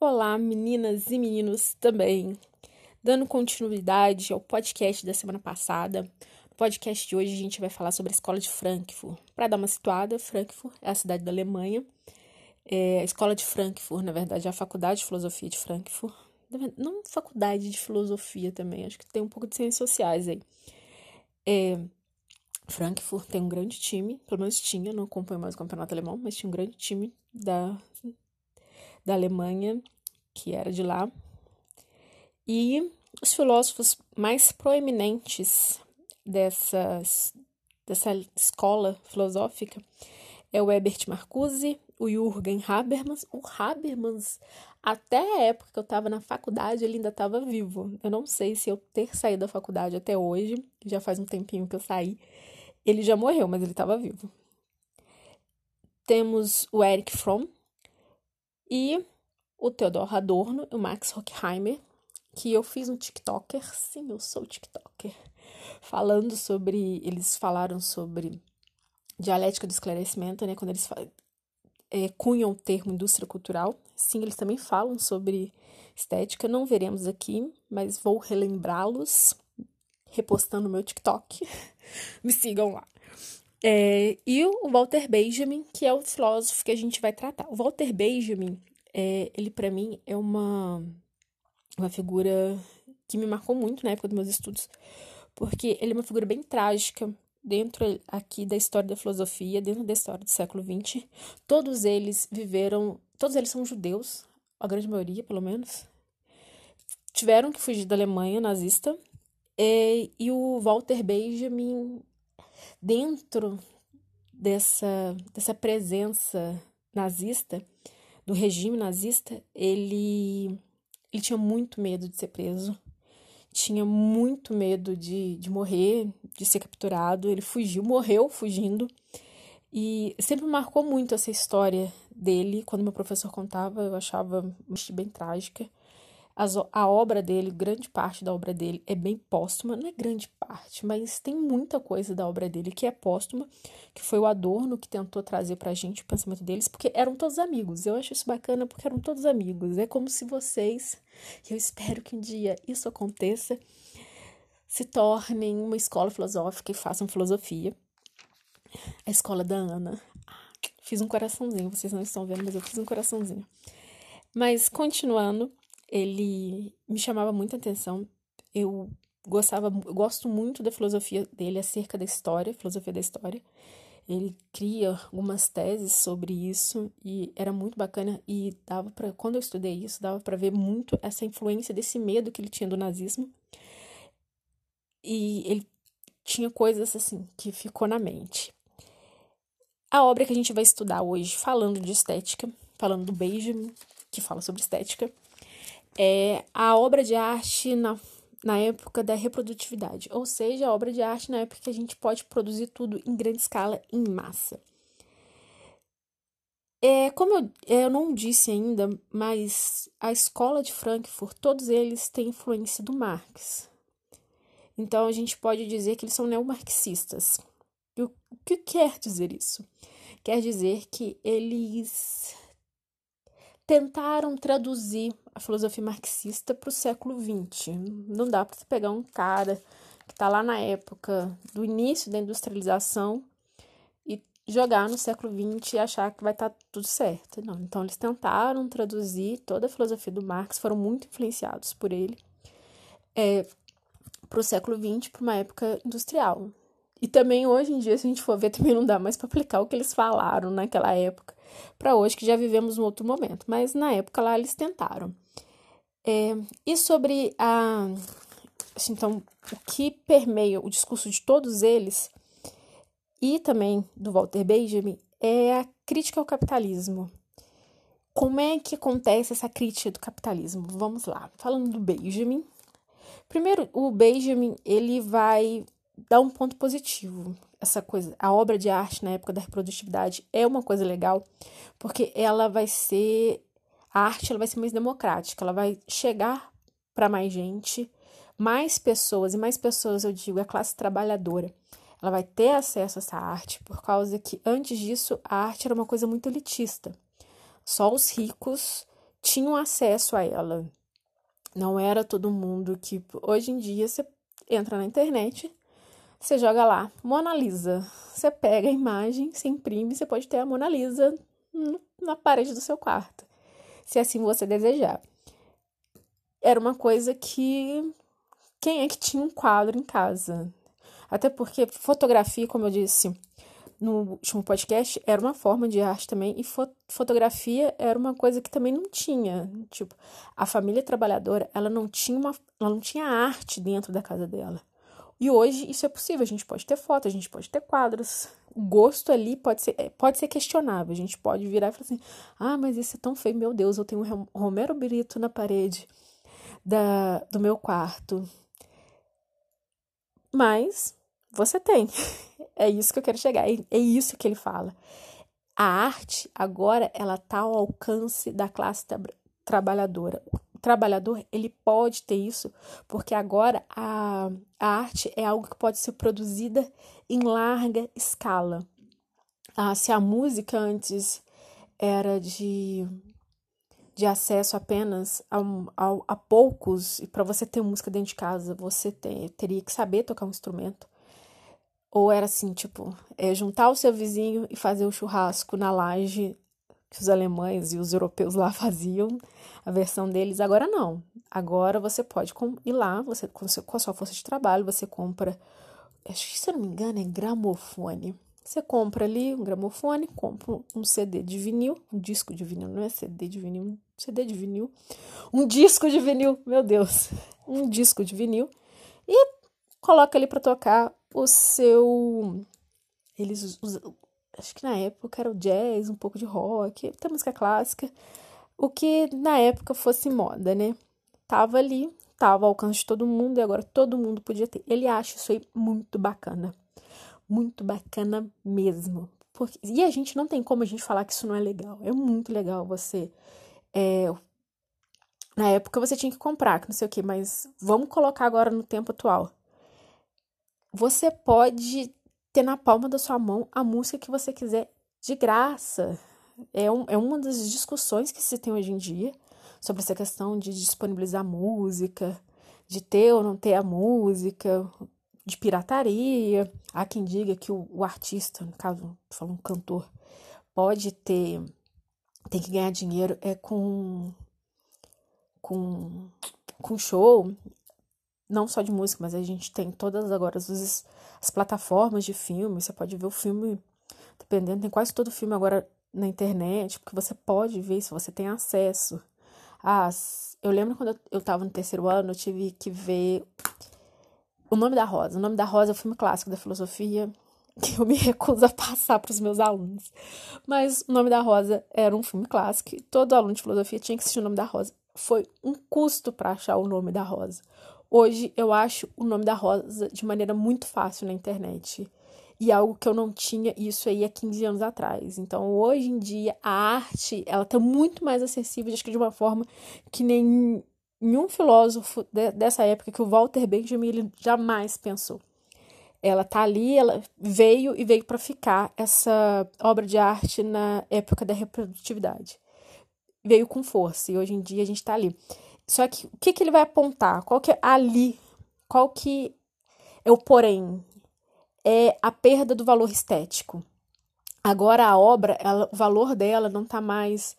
Olá, meninas e meninos também. Dando continuidade ao podcast da semana passada, no podcast de hoje a gente vai falar sobre a escola de Frankfurt. Para dar uma situada, Frankfurt é a cidade da Alemanha. A escola de Frankfurt, na verdade, é a faculdade de filosofia de Frankfurt. Não faculdade de filosofia também, acho que tem um pouco de ciências sociais aí. Frankfurt tem um grande time, pelo menos tinha, não acompanho mais o campeonato alemão, mas tinha um grande time da Alemanha, que era de lá. E os filósofos mais proeminentes dessa escola filosófica é o Herbert Marcuse, o Jürgen Habermas. O Habermas, até a época que eu estava na faculdade, ele ainda estava vivo. Eu não sei se eu ter saído da faculdade até hoje, já faz um tempinho que eu saí, ele já morreu, mas ele estava vivo. Temos o Erich Fromm e o Theodor Adorno e o Max Horkheimer, que eu fiz um TikToker, sim, eu sou TikToker, eles falaram sobre dialética do esclarecimento, né, quando eles cunham o termo indústria cultural. Sim, eles também falam sobre estética, não veremos aqui, mas vou relembrá-los, repostando no meu TikTok, me sigam lá. E o Walter Benjamin, que é o filósofo que a gente vai tratar. O Walter Benjamin, ele para mim é uma figura que me marcou muito na época dos meus estudos, porque ele é uma figura bem trágica dentro aqui da história da filosofia, dentro da história do século XX. Todos eles são judeus, a grande maioria, pelo menos. Tiveram que fugir da Alemanha nazista, e o Walter Benjamin, dentro dessa presença nazista, do regime nazista, ele tinha muito medo de ser preso, tinha muito medo de morrer, de ser capturado. Ele morreu fugindo, e sempre marcou muito essa história dele. Quando meu professor contava, eu achava bem trágica. A obra dele, grande parte da obra dele é bem póstuma, não é grande parte, mas tem muita coisa da obra dele que é póstuma, que foi o Adorno que tentou trazer pra gente o pensamento deles, porque eram todos amigos. Eu acho isso bacana porque eram todos amigos. É como se vocês, e eu espero que um dia isso aconteça, se tornem uma escola filosófica e façam filosofia. A escola da Ana. Fiz um coraçãozinho, vocês não estão vendo, mas eu fiz um coraçãozinho. Mas, continuando, ele me chamava muita atenção. Eu gosto muito da filosofia dele acerca da história, filosofia da história. Ele cria algumas teses sobre isso e era muito bacana, e quando eu estudei isso, dava para ver muito essa influência desse medo que ele tinha do nazismo. E ele tinha coisas assim que ficou na mente. A obra que a gente vai estudar hoje, falando de estética, falando do Benjamin, que fala sobre estética, é a obra de arte na época da reprodutividade, ou seja, a obra de arte na época que a gente pode produzir tudo em grande escala, em massa. Como eu não disse ainda, mas a escola de Frankfurt, todos eles têm influência do Marx. Então, a gente pode dizer que eles são neomarxistas. E o que quer dizer isso? Quer dizer que eles tentaram traduzir a filosofia marxista para o século XX. Não dá para você pegar um cara que está lá na época do início da industrialização e jogar no século XX e achar que vai estar tudo certo. Não. Então, eles tentaram traduzir toda a filosofia do Marx, foram muito influenciados por ele, para o século XX, para uma época industrial. E também, hoje em dia, se a gente for ver, também não dá mais para aplicar o que eles falaram naquela época para hoje, que já vivemos um outro momento. Mas, na época lá, eles tentaram. E sobre então, o que permeia o discurso de todos eles, e também do Walter Benjamin, é a crítica ao capitalismo. Como é que acontece essa crítica do capitalismo? Vamos lá. Falando do Benjamin. Primeiro, o Benjamin, ele vai dar um ponto positivo. Essa coisa, a obra de arte na época da reprodutividade é uma coisa legal, porque a arte ela vai ser mais democrática, ela vai chegar para mais gente, mais pessoas, eu digo, a classe trabalhadora. Ela vai ter acesso a essa arte, por causa que, antes disso, a arte era uma coisa muito elitista. Só os ricos tinham acesso a ela. Não era todo mundo que... Hoje em dia, você entra na internet, você joga lá, Mona Lisa. Você pega a imagem, você imprime, você pode ter a Mona Lisa na parede do seu quarto, se assim você desejar. Era uma coisa que... Quem é que tinha um quadro em casa? Até porque fotografia, como eu disse no último podcast, era uma forma de arte também, e fotografia era uma coisa que também não tinha. Tipo, a família trabalhadora, ela não tinha arte dentro da casa dela. E hoje isso é possível, a gente pode ter foto, a gente pode ter quadros. O gosto ali pode ser questionável, a gente pode virar e falar assim, mas esse é tão feio, meu Deus, eu tenho um Romero Brito na parede do meu quarto. Mas você tem. É isso que eu quero chegar. É isso que ele fala. A arte, agora, ela está ao alcance da classe trabalhadora. O trabalhador, ele pode ter isso, porque agora a arte é algo que pode ser produzida em larga escala. Se a música antes era de acesso apenas a poucos, e para você ter música dentro de casa, você teria que saber tocar um instrumento. Ou era assim, tipo, juntar o seu vizinho e fazer o churrasco na laje que os alemães e os europeus lá faziam, a versão deles. Agora não. Agora você pode ir lá, você, com a sua força de trabalho, você compra, acho que se eu não me engano é gramofone. Você compra ali um gramofone, compra um CD de vinil, um disco de vinil, não é CD de vinil, CD de vinil, um disco de vinil, meu Deus, um disco de vinil, e coloca ali para tocar o seu... acho que na época era o jazz, um pouco de rock, até música clássica, o que na época fosse moda, né? Tava ali, tava ao alcance de todo mundo, e agora todo mundo podia ter. Ele acha isso aí muito bacana mesmo. E a gente não tem como a gente falar que isso não é legal. É muito legal você... na época você tinha que comprar, que não sei o que, mas vamos colocar agora no tempo atual. Você pode ter na palma da sua mão a música que você quiser de graça. É uma das discussões que se tem hoje em dia sobre essa questão de disponibilizar música, de ter ou não ter a música, de pirataria. Há quem diga que o artista, no caso, falando um cantor, tem que ganhar dinheiro com show, não só de música, mas a gente tem todas agora as plataformas de filme, você pode ver o filme, dependendo, tem quase todo filme agora na internet, porque você pode ver se você tem acesso. Eu lembro quando eu estava no terceiro ano, eu tive que ver O Nome da Rosa. O Nome da Rosa é um filme clássico da filosofia, que eu me recuso a passar para os meus alunos. Mas O Nome da Rosa era um filme clássico, e todo aluno de filosofia tinha que assistir O Nome da Rosa. Foi um custo para achar O Nome da Rosa. Hoje eu acho O Nome da Rosa de maneira muito fácil na internet. E algo que eu não tinha isso aí há 15 anos atrás. Então, hoje em dia, a arte, ela tá muito mais acessível, acho que de uma forma que nenhum filósofo dessa época, que o Walter Benjamin, ele jamais pensou. Ela tá ali, ela veio para ficar, essa obra de arte na época da reprodutividade. Veio com força, e hoje em dia a gente tá ali. Só que, o que ele vai apontar? Qual que é ali? Qual que é o porém? É a perda do valor estético. Agora a obra, o valor dela não tá mais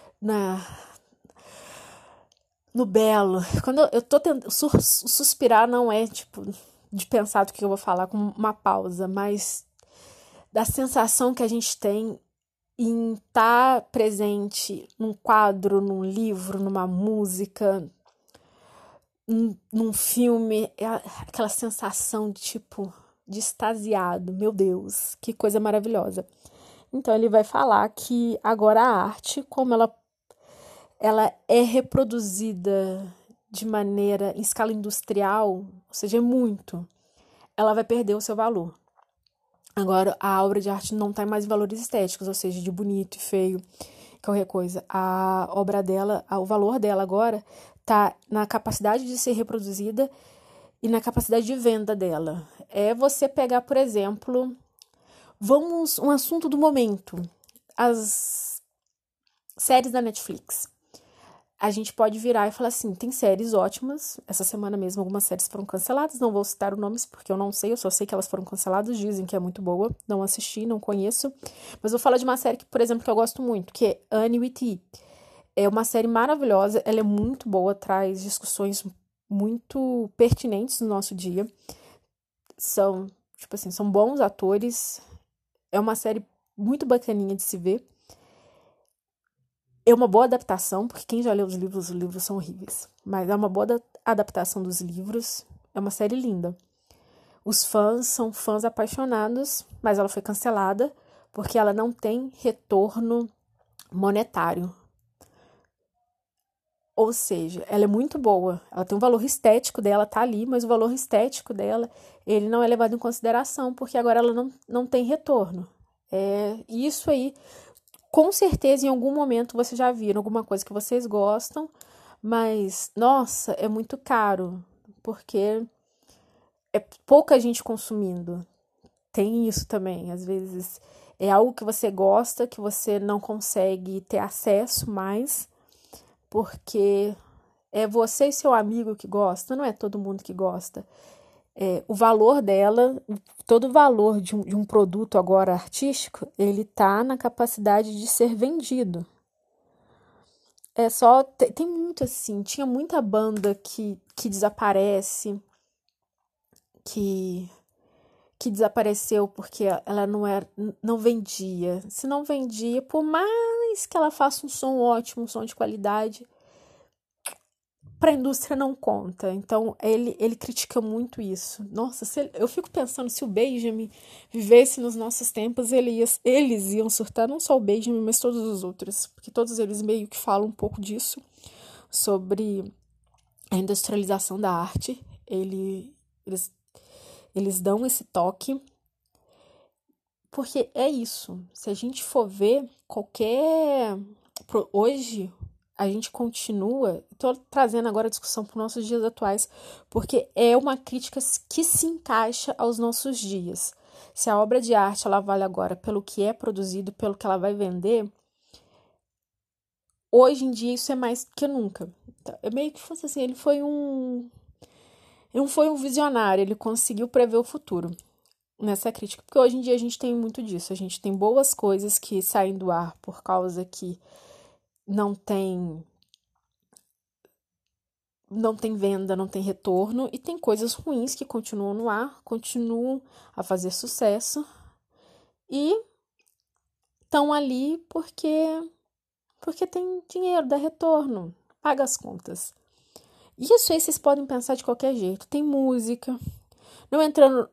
no belo. Quando eu tô tentando... Suspirar não é, tipo, de pensar do que eu vou falar com uma pausa, mas da sensação que a gente tem em estar presente num quadro, num livro, numa música, num filme, aquela sensação de tipo, de extasiado, meu Deus, que coisa maravilhosa. Então ele vai falar que agora a arte, como ela é reproduzida de maneira em escala industrial, ou seja, é muito, ela vai perder o seu valor. Agora, a obra de arte não está mais em valores estéticos, ou seja, de bonito e feio, qualquer coisa. A obra dela, o valor dela agora está na capacidade de ser reproduzida e na capacidade de venda dela. É você pegar, por exemplo, um assunto do momento, as séries da Netflix. a gente pode virar e falar assim, tem séries ótimas, essa semana mesmo algumas séries foram canceladas, não vou citar os nomes porque eu não sei, eu só sei que elas foram canceladas, dizem que é muito boa, não assisti, não conheço, mas vou falar de uma série que, por exemplo, que eu gosto muito, que é Annie with E. É uma série maravilhosa, ela é muito boa, traz discussões muito pertinentes no nosso dia, são, tipo assim, são bons atores, é uma série muito bacaninha de se ver. É uma boa adaptação, porque quem já leu os livros são horríveis. Mas é uma boa adaptação dos livros. É uma série linda. Os fãs são fãs apaixonados, mas ela foi cancelada porque ela não tem retorno monetário. Ou seja, ela é muito boa. Ela tem um valor estético dela, tá ali, mas o valor estético dela, ele não é levado em consideração, porque agora ela não tem retorno. É isso aí. Com certeza, em algum momento, vocês já viram alguma coisa que vocês gostam, mas, nossa, é muito caro, porque é pouca gente consumindo. Tem isso também, às vezes é algo que você gosta, que você não consegue ter acesso mais, porque é você e seu amigo que gosta, não é todo mundo que gosta. O valor dela, todo o valor de um produto agora artístico, ele está na capacidade de ser vendido. É só, tem muito assim, tinha muita banda que desaparece, que, que desapareceu porque ela não vendia. Se não vendia, por mais que ela faça um som ótimo, um som de qualidade, para a indústria não conta. Então, ele critica muito isso. Nossa, eu fico pensando, se o Benjamin vivesse nos nossos tempos, eles iam surtar, não só o Benjamin, mas todos os outros. Porque todos eles meio que falam um pouco disso, sobre a industrialização da arte. Eles dão esse toque, porque é isso. Se a gente for ver hoje, a gente continua. Estou trazendo agora a discussão para os nossos dias atuais, porque é uma crítica que se encaixa aos nossos dias. Se a obra de arte ela vale agora pelo que é produzido, pelo que ela vai vender, hoje em dia isso é mais que nunca. Então, é meio que fosse assim, ele não foi um visionário, ele conseguiu prever o futuro nessa crítica, porque hoje em dia a gente tem muito disso, a gente tem boas coisas que saem do ar por causa que não tem venda, não tem retorno, e tem coisas ruins que continuam no ar, continuam a fazer sucesso e estão ali porque tem dinheiro, dá retorno, paga as contas. Isso aí vocês podem pensar de qualquer jeito. Tem música, não entrando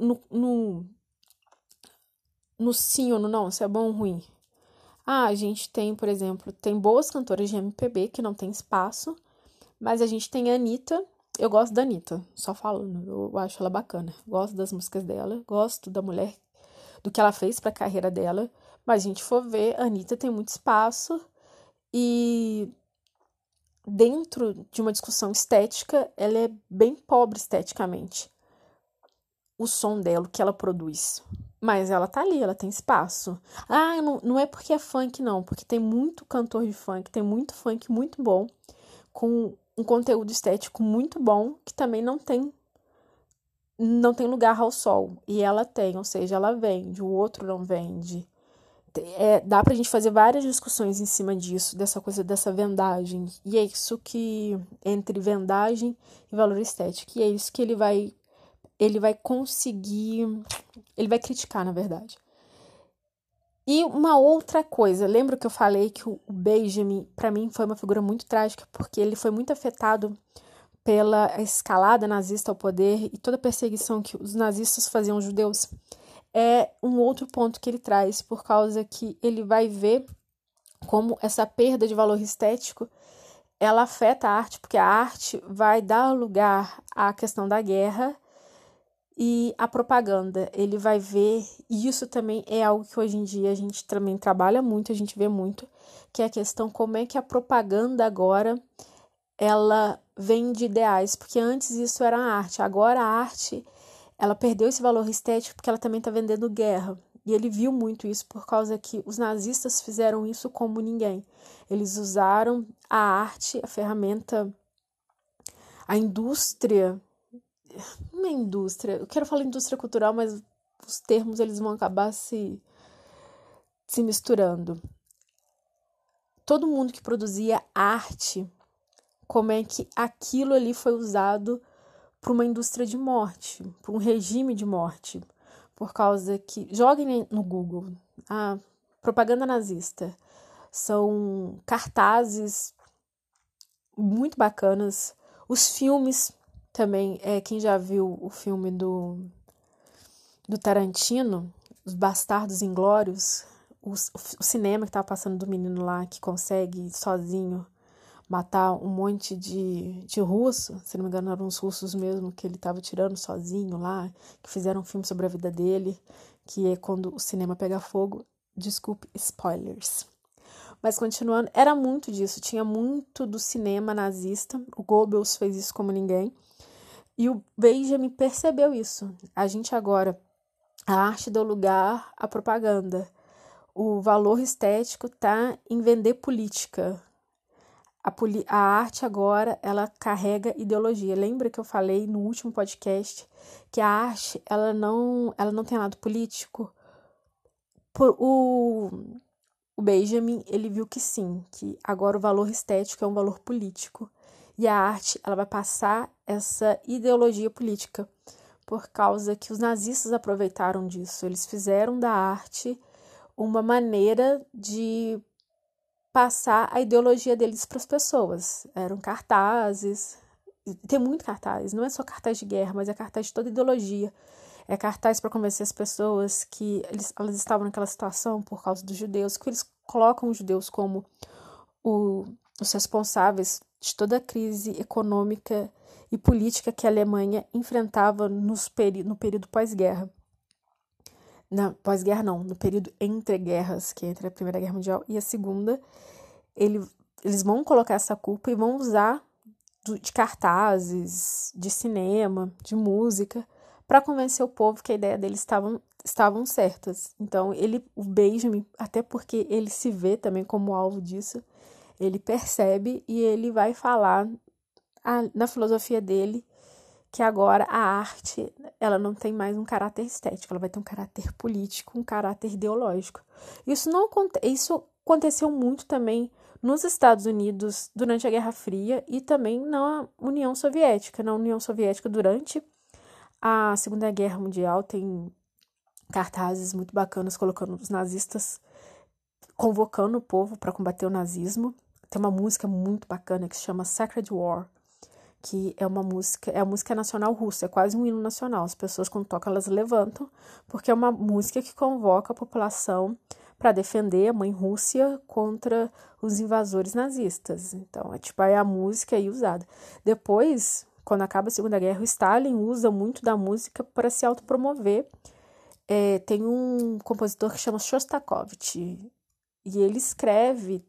no sim ou no não, se é bom ou ruim. A gente tem, por exemplo, tem boas cantoras de MPB que não tem espaço, mas a gente tem a Anitta. Eu gosto da Anitta, só falando, eu acho ela bacana. Gosto das músicas dela, gosto da mulher, do que ela fez para a carreira dela. Mas a gente for ver, a Anitta tem muito espaço e dentro de uma discussão estética, ela é bem pobre esteticamente. O som dela, o que ela produz. Mas ela tá ali, ela tem espaço. Não é porque é funk, não, porque tem muito cantor de funk, tem muito funk muito bom, com um conteúdo estético muito bom, que também não tem lugar ao sol. E ela tem, ou seja, ela vende, o outro não vende. Dá pra gente fazer várias discussões em cima disso, dessa coisa dessa vendagem. E é isso que, entre vendagem e valor estético, e é isso que ele vai conseguir, ele vai criticar, na verdade. E uma outra coisa, lembra que eu falei que o Benjamin, para mim, foi uma figura muito trágica, porque ele foi muito afetado pela escalada nazista ao poder e toda a perseguição que os nazistas faziam aos judeus. É um outro ponto que ele traz, por causa que ele vai ver como essa perda de valor estético, ela afeta a arte, porque a arte vai dar lugar à questão da guerra e a propaganda. Ele vai ver, e isso também é algo que hoje em dia a gente também trabalha muito, a gente vê muito, que é a questão como é que a propaganda agora ela vende ideais, porque antes isso era a arte, agora a arte ela perdeu esse valor estético porque ela também está vendendo guerra. e ele viu muito isso por causa que os nazistas fizeram isso como ninguém. Eles usaram a arte, a ferramenta, a indústria, não é indústria, eu quero falar indústria cultural, mas os termos eles vão acabar se misturando. Todo mundo que produzia arte, como é que aquilo ali foi usado para uma indústria de morte, para um regime de morte, por causa que, joguem no Google, a propaganda nazista, são cartazes muito bacanas, os filmes também, quem já viu o filme do Tarantino, Os Bastardos Inglórios, o cinema que estava passando do menino lá que consegue sozinho matar um monte de russo, se não me engano eram os russos mesmo, que ele estava tirando sozinho lá, que fizeram um filme sobre a vida dele, que é quando o cinema pega fogo. Desculpe, spoilers. Mas continuando, era muito disso, tinha muito do cinema nazista, o Goebbels fez isso como ninguém, e o Benjamin percebeu isso. A gente agora, a arte deu lugar à propaganda, o valor estético está em vender política. A arte agora, ela carrega ideologia. Lembra que eu falei no último podcast que a arte, ela não tem lado político? O Benjamin, ele viu que sim, que agora o valor estético é um valor político. E a arte, ela vai passar essa ideologia política, por causa que os nazistas aproveitaram disso. Eles fizeram da arte uma maneira de passar a ideologia deles para as pessoas. Eram cartazes, tem muito cartaz, não é só cartaz de guerra, mas é cartaz de toda ideologia. É cartaz para convencer as pessoas que elas estavam naquela situação por causa dos judeus, que eles colocam os judeus como os responsáveis de toda a crise econômica e política que a Alemanha enfrentava no período pós-guerra. Pós-guerra não, no período entre guerras, que é entre a Primeira Guerra Mundial e a Segunda, eles vão colocar essa culpa e vão usar de cartazes, de cinema, de música, para convencer o povo que a ideia deles estavam certas. Então, o Benjamin, até porque ele se vê também como alvo disso, ele percebe e ele vai falar na filosofia dele que agora a arte, ela não tem mais um caráter estético, ela vai ter um caráter político, um caráter ideológico. Isso aconteceu muito também nos Estados Unidos durante a Guerra Fria e também na União Soviética. Na União Soviética, durante a Segunda Guerra Mundial, tem cartazes muito bacanas colocando os nazistas, convocando o povo para combater o nazismo. Tem uma música muito bacana que se chama Sacred War, que é a música nacional russa, é quase um hino nacional. As pessoas, quando tocam, elas levantam, porque é uma música que convoca a população para defender a mãe Rússia contra os invasores nazistas. Então, é a música aí usada. Depois, quando acaba a Segunda Guerra, o Stalin usa muito da música para se autopromover. Tem um compositor que chama Shostakovich, e ele escreve,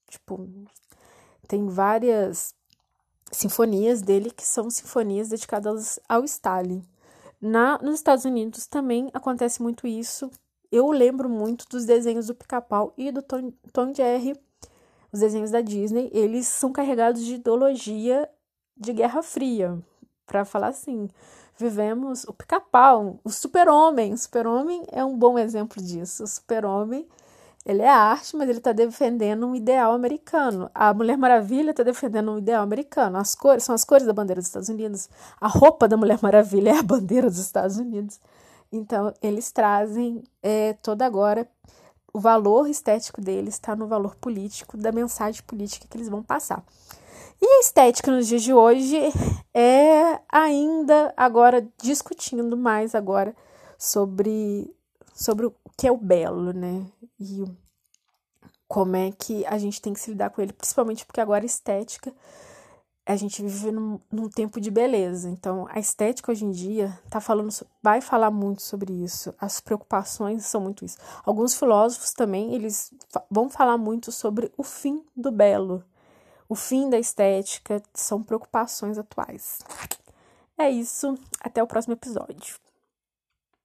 tem várias sinfonias dele que são sinfonias dedicadas ao Stalin. Nos Estados Unidos também acontece muito isso. Eu lembro muito dos desenhos do Pica-Pau e do Tom Jerry, os desenhos da Disney. Eles são carregados de ideologia de Guerra Fria, para falar assim. Vivemos o Pica-Pau, o Super-Homem. O Super-Homem é um bom exemplo disso. O Super-Homem, ele é arte, mas ele está defendendo um ideal americano. A Mulher Maravilha está defendendo um ideal americano. As cores são as cores da bandeira dos Estados Unidos. A roupa da Mulher Maravilha é a bandeira dos Estados Unidos. Então, eles trazem toda agora o valor estético deles está no valor político, da mensagem política que eles vão passar. E a estética nos dias de hoje é ainda agora discutindo mais agora sobre o que é o belo, né? E como é que a gente tem que se lidar com ele, principalmente porque agora a estética, a gente vive num tempo de beleza. Então, a estética hoje em dia vai falar muito sobre isso. As preocupações são muito isso. Alguns filósofos também, eles vão falar muito sobre o fim do belo. O fim da estética são preocupações atuais. É isso. Até o próximo episódio.